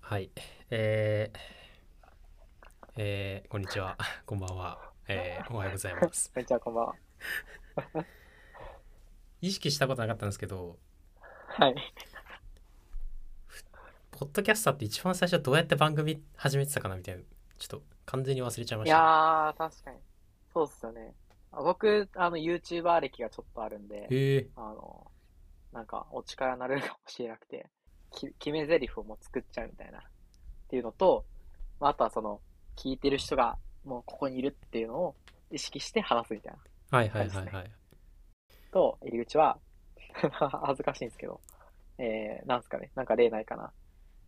はい。こんにちは。こんばんは。おはようございます。 こんにちは、こんばんは。 意識したことなかったんですけど、 はい。 ポッドキャスターって一番最初どうやって番組始めてたかなみたいな、ちょっと完全に忘れちゃいまいしたね。 やー、確かに。そうっすよね。僕、YouTuber 歴がちょっとあるんで、 へえ。 あの、お力になれるかもしれなくて、決め台詞をもう作っちゃうみたいな、っていうのと、あとは聞いてる人がもうここにいるっていうのを意識して話すみたいなはいはい感じですね。 はいはい。 と、入り口は、恥ずかしいんですけど、なんすかね。なんか例ないかな。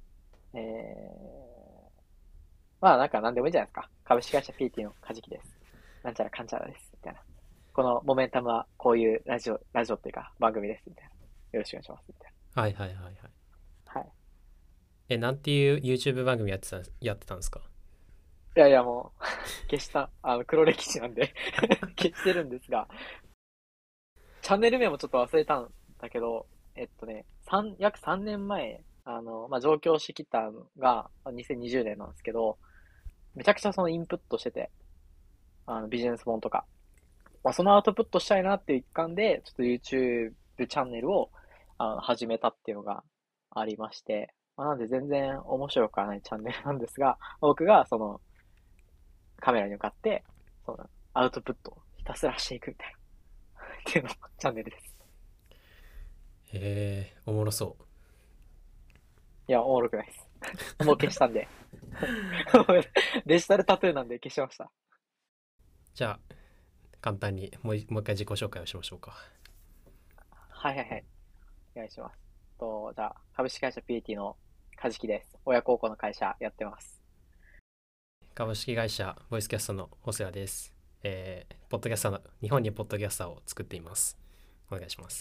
まあなんでもいいじゃないですか。株式会社 PT のカジキです。なんちゃらかんちゃらです。みたいな。このモメンタムはこういうラジオっていうか番組です。みたいな。よろしくお願いします。みたいはいはいはいはい。 な。はい。 なんていう YouTube 番組やってたんですか？ いやいやもう消した、黒歴史なんで消してるんですが、チャンネル名もちょっと忘れたんだけど、約3年前、上京してきたのが2020年なんですけど、めちゃくちゃそのインプットしてて、ビジネス本とか、そのアウトプットしたいなっていう一環で、ちょっと YouTube チャンネルを始めたっていうのがありまして、なんで全然面白くはないチャンネルなんですが、僕がそのカメラに向かって、そのアウトプットをひたすらしていくみたいな、っていうのチャンネルです。 おもろそう。 いや、おもろくないです。もう消したんで。デジタルタトゥーなんで消しました。 じゃあ、簡単にもう一回自己紹介をしましょうか。 はいはいはい。お願いします。じゃあ、株式会社 PT のカジキです。親孝行の会社やってます。 株式会社ボイスキャストの細谷です。ポッドキャスターの、日本にポッドキャスターを作っています。お願いします。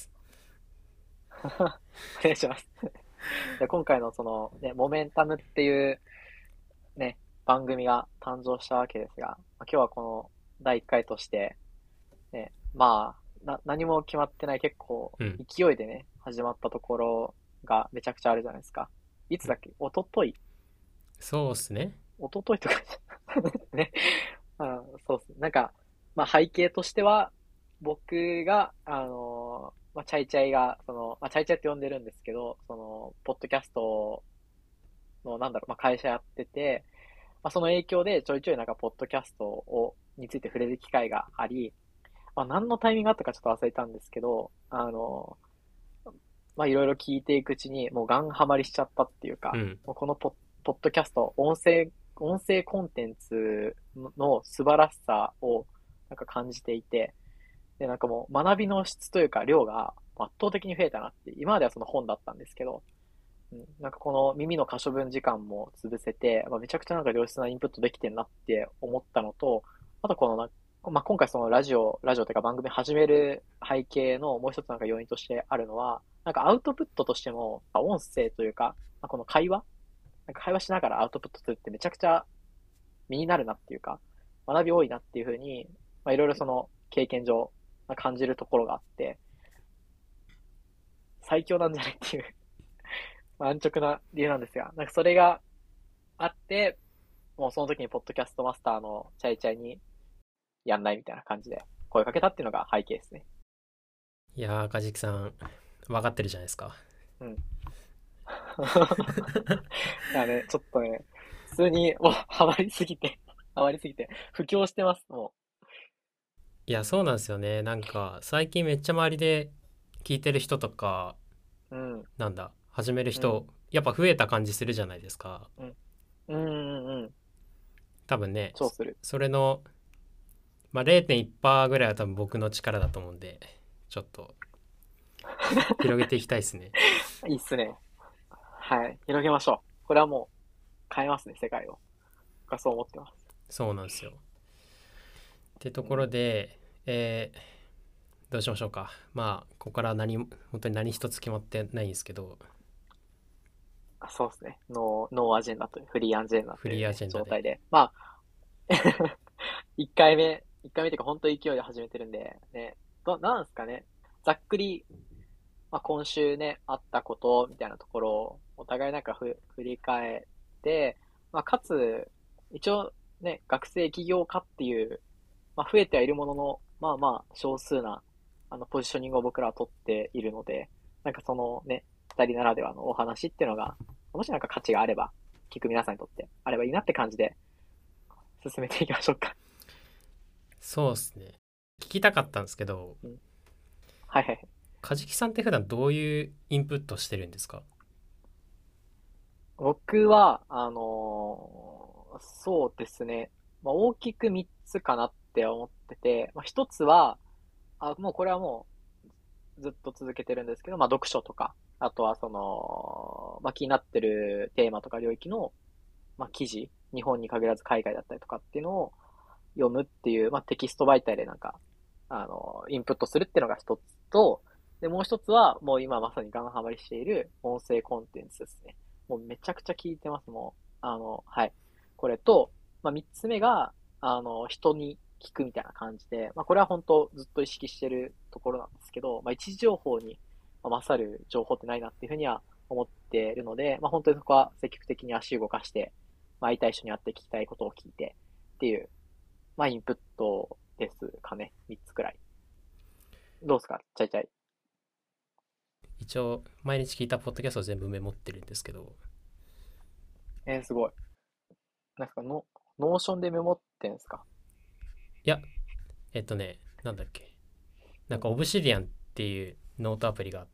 お願いします。で今回のモメンタムっていうね、番組が誕生したわけですが、今日はこの第1回として、ね、何も決まってない結構うん。 勢いでね、始まったところがめちゃくちゃあるじゃないですか。いつだっけ一昨日そうっすね。 一昨日とかね。そうっすね。背景としては、僕が、チャイチャイが、チャイチャイって呼んでるんですけど、ポッドキャストの、会社やってて、その影響でちょいちょいポッドキャストについて触れる機会があり、何のタイミングがあったかちょっと忘れたんですけど、いろいろ聞いていくうちに、もうガンハマりしちゃったっていうか、 うん。 もうこのポッドキャスト、音声コンテンツの素晴らしさを感じていて、で、もう学びの質というか量が圧倒的に増えたなって、今まではその本だったんですけど、この耳の可処分時間も潰せて、めちゃくちゃ良質なインプットできてんなって思ったのと、あとこの今回そのラジオというか番組始める背景のもう一つ要因としてあるのは、アウトプットとしても、音声というか、この会話しながらアウトプットするってめちゃくちゃ身になるなっていうか、学び多いなっていうふうに、いろいろその経験上、感じるところがあって、最強なんじゃないっていう安直な理由なんですが、それがあって、もうその時にポッドキャストマスターのチャイチャイにやんないみたいな感じで声かけたっていうのが背景ですね。 いやー、かじきさん、分かってるじゃないですか。 うん。いやね、ちょっとね、普通にもうハマりすぎて、布教してます、もいや、そうなんですよね。最近めっちゃ周りで聞いてる人とか、 う。うん、 始める人、 うん、 やっぱ増えた感じするじゃないですか。 うん、うん、うん、うん、 多分ね、 超する。 それの、0.1%ぐらいは多分僕の力だと思うんで、ちょっと広げていきたいですね。 いいっすね。はい。広げましょう。これはもう変えますね、世界を。僕はそう思ってます。 そうなんですよ。ってところうん。 で、えどうしましょうか。ここから本当に何一つ決まってないんですけど、 そうですね。ノーアジェンダという、フリーアジェンダフリーアというね、 ジェンダで。 状態で。1回目っていうか本当に勢いで始めてるんで、ね、なんすかね。ざっくり、今週ね、あったことみたいなところをお互い振り返って、かつ、一応ね、学生起業家っていう、増えてはいるものの、少数な、ポジショニングを僕らは取っているので、なんかそのね、二人ならではのお話っていうのが、もしなんか価値があれば、聞く皆さんにとってあればいいなって感じで進めていきましょうか。 そうですね。聞きたかったんですけど、 うん、はいはい。 梶木さんって普段どういうインプットしてるんですか？ 僕は、そうですね。大きく3つかなって思ってて、1つは、もうこれはもうずっと続けてるんですけど、読書とか、あとはその、気になってるテーマとか領域の、記事、日本に限らず海外だったりとかっていうのを読むっていう、テキスト媒体でなんか、インプットするっていうのが一つと、で、もう一つは、もう今まさにガンハマりしている音声コンテンツですね。もうめちゃくちゃ聞いてます、もう。はい。これと、三つ目が、人に聞くみたいな感じで、これは本当ずっと意識してるところなんですけど、一時情報に勝る情報ってないなっていうふうには思っているので、本当にそこは積極的に足を動かして、会いたい人に会って聞きたいことを聞いてっていう、インプットですかね。3つくらい。どうですかチャイチャイ。 一応毎日聞いたポッドキャストを全部メモってるんですけど、 すごい。なんかノーションでメモってんすか？ いや、なんだっけ、なんかオブシディアンっていうノートアプリがあって、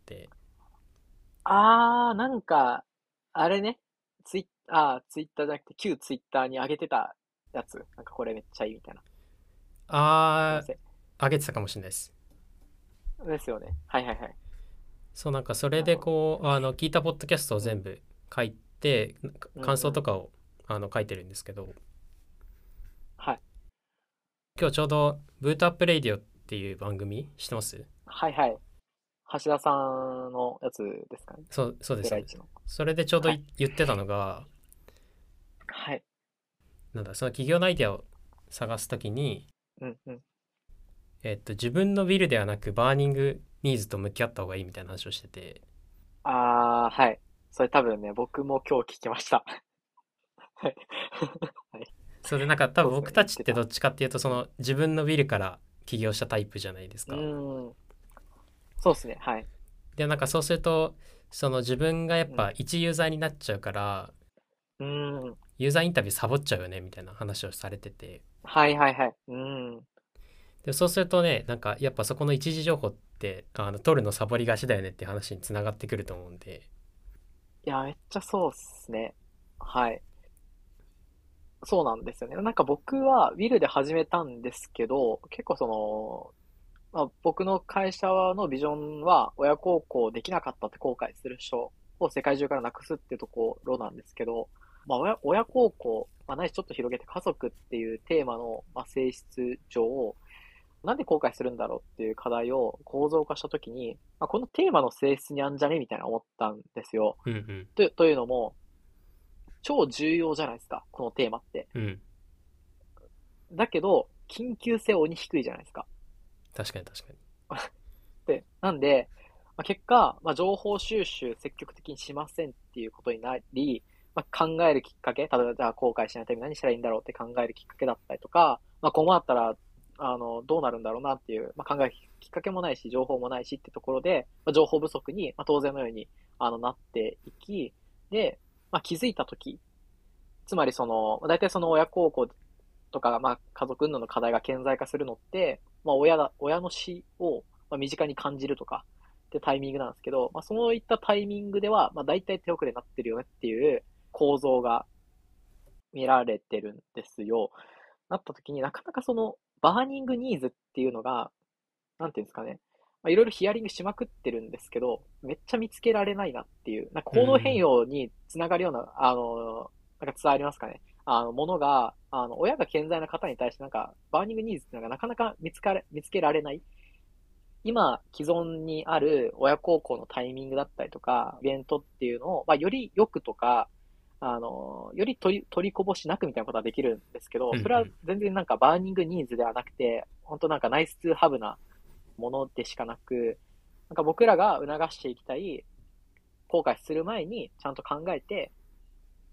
なんか、あれね。ツイッターじゃなくて、旧ツイッターに上げてたやつ。なんかこれめっちゃいいみたいな。すいません。 あげてたかもしれないです。 ですよね。はいはいはい。 そう、なんかそれでなるほど。 こう聞いたポッドキャストをうん。 全部書いて、感うんうん。 想とかを書いてるんですけど、 はい。 今日ちょうどブートアップレイディオっていう番組知ってます？ はいはい。橋田さんのやつですかね。 そうです、そうです。 ペライチの。 それでちょうどはい。 言ってたのが、 はい。 なんだ、その企業のアイデアを探すときに、 うんうん。 自分のビルではなくバーニングニーズと向き合った方がいいみたいな話をしてて、 はい。それ多分ね、僕も今日聞きました。はい。はい。 それでなんか多分そうですよね、 僕たちってど言ってた。 っちかっていうと、そうん。 の自分のビルから起業したタイプじゃないですうか。 ーん。そうですね、はい。 で、なんかそうすると、その自分がやっうん。 ぱ一ユーザーになっちゃうから、 うーん。 ユーザーインタビューサボっちゃうよねみたいな話をされてて、 はいはいはい。うーん。 でそうするとね、なんかやっぱそこの一時情報って取るのサボりがちだよねっていう話につながってくると思うんで。 いや、めっちゃそうっすね。はい。そうなんですよね。なんか僕はウィルで始めたんですけど、結構その、僕の会社のビジョンは親孝行できなかったって後悔する人を世界中からなくすっていうところなんですけど、親孝行、ないしちょっと広げて家族っていうテーマの、性質上、なんで後悔するんだろうっていう課題を構造化したときに、このテーマの性質にあんじゃねみたいな思ったんですよ。 うんというのも、超重要じゃないですか、このテーマって。 うんうん。 だけど、緊急性鬼低いじゃないですか。 確かに確かに。 なんで、結果、情報収集積極的にしませんっていうことになり、考えるきっかけ、例えばじゃあ後悔しないために何したらいいんだろうって考えるきっかけだったりとか、こうなったら、どうなるんだろうなっていう、考えるきっかけもないし、情報もないしってところで、情報不足に、当然のように、なっていき、で、気づいたとき、つまりその、大体その親孝行とか、家族云々の課題が顕在化するのって、親の死を、身近に感じるとかってタイミングなんですけど、そういったタイミングでは、大体手遅れになってるよねっていう構造が見られてるんですよ。なった時になかなかそのバーニングニーズっていうのが、なんていうんですかね。いろいろヒアリングしまくってるんですけど、めっちゃ見つけられないなっていう、なんか行動変うん。 容につながるような、なんか伝わりますかね。ものが、親が健在な方に対してなんか、バーニングニーズっていうのがなかなか見つけられない。今、既存にある親孝行のタイミングだったりとか、イベントっていうのを、より良くとか、より取りこぼしなくみたいなことはできるんですけど、それはうんうん。 全然なんかバーニングニーズではなくて、本当なんかナイスツーハブなものでしかなく、なんか僕らが促していきたい、後悔する前にちゃんと考えて、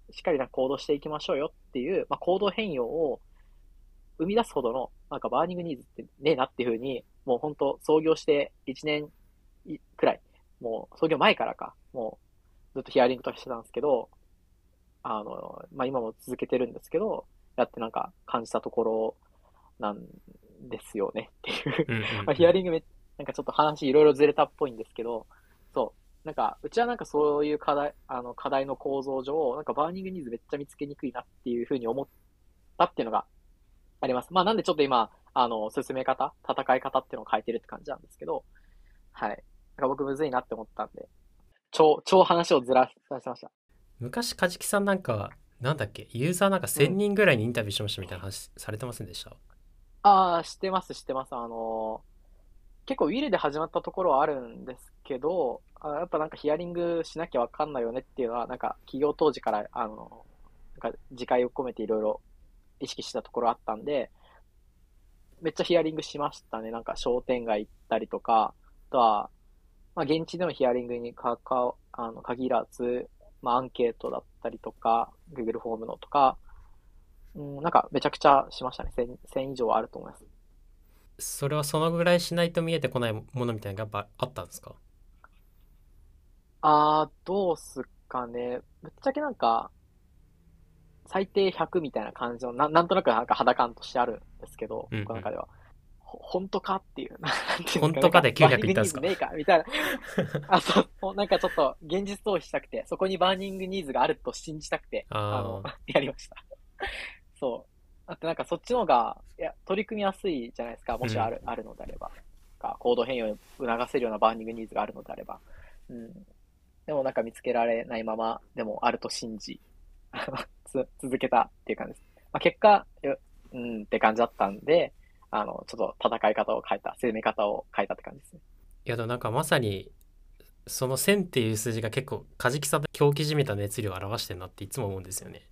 しっかりな行動していきましょうよっていう、まあ、行動変容を生み出すほどの、なんかバーニングニーズってねえなっていうふうに、もう本当創業して1年くらい、もう創業前からか、もうずっとヒアリングとかしてたんですけど、まあ、今も続けてるんですけど、やってなんか感じたところなんですよねっていううんうんまあ、ヒアリングなんかちょっと話いろいろずれたっぽいんですけど、そう。なんか、うちはなんかそういう課題の構造上、なんかバーニングニーズめっちゃ見つけにくいなっていうふうに思ったっていうのがあります。まあなんでちょっと今、進め方、戦い方っていうのを変えてるって感じなんですけど、はい。なんか僕むずいなって思ったんで、超話をずらさせました。 昔カジキさんなんかなんだっけユーザーなんか1000 うん。 人ぐらいにインタビューしましたみたいな話されてませんでした？ ああ、知ってます、知ってます。結構ウィルで始まったところはあるんですけど、やっぱなんかヒアリングしなきゃわかんないよねっていうのは、なんか企業当時から、なんか自戒を込めていろいろ意識したところあったんで、めっちゃヒアリングしましたね。なんか商店街行ったりとか、あとは、まあ現地でのヒアリングに限らず、まあアンケートだったりとか、Google フォームのとか、なんかめちゃくちゃしましたね。1000以上はあると思います。 それはそのぐらいしないと見えてこないものみたいなのがやっぱあったんですか？ どうすっかね。ぶっちゃけなんか、最低100みたいな感じの、なんとなくなんか肌感としてあるんですけど、 うんうん。 僕の中では。本当かっていう、なんていうんですか、なんか、 本当かでバーニン 900いったんですか？ グニーズねえかみたいな。そう、もうなんかちょっと現実逃避したくて、そこにバーニングニーズがあると信じたくて、 ああやりました。そう。あとなんかそっちの方が、いや、取り組みやすいじゃないですか。 ー、うん。 あるのであれば。行動変容を促せるようなバーニングニーズがあるのであれば。うん。でもなんか見つけられないまま、でもあると信じ、続けたっていう感じです。まあ、結果、って感じだったんで、ちょっと戦い方を変えた、攻め方を変えたって感じですね。 いやでもなんかまさにその1000っていう数字が結構カジキさんの狂気じみた熱量を表してるなっていつも思うんですよね。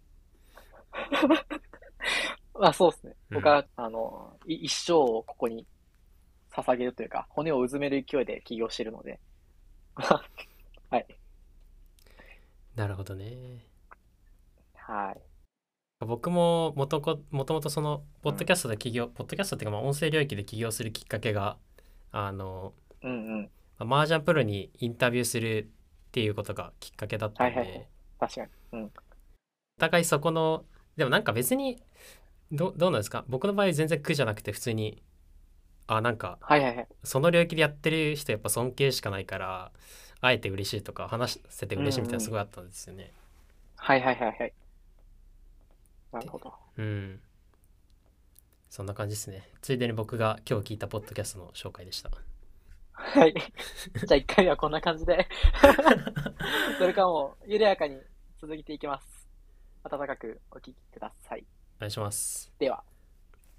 まあそうですね。 うん。 僕は、一生をここに捧げるというか、骨をうずめる勢いで起業してるので、はい。 なるほどね。 はい。 僕ももともとそのうん。 ポッドキャストっていうかまあ音声領域で起業するきっかけがあのうんうん。 麻雀プロにインタビューするっていうことがきっかけだったはいはいはい。 んで、 確かに。うん。 お互いそこの、でもなんか別にどうなんですか？僕の場合全然苦じゃなくて普通に、なんかはいはいはい。 その領域でやってる人やっぱ尊敬しかないからあえて嬉しいとか話せてうん嬉しいみたいなうん。 すごいあったんですよね。 はいはいはいはい。なるで、 ほど。 うん、そんな感じですね。ついでに僕が今日聞いたポッドキャストの紹介でした。 はい。じゃあ一回はこんな感じでそれからも緩やかに続けていきます。温かくお聞きください。 お願いします。 では。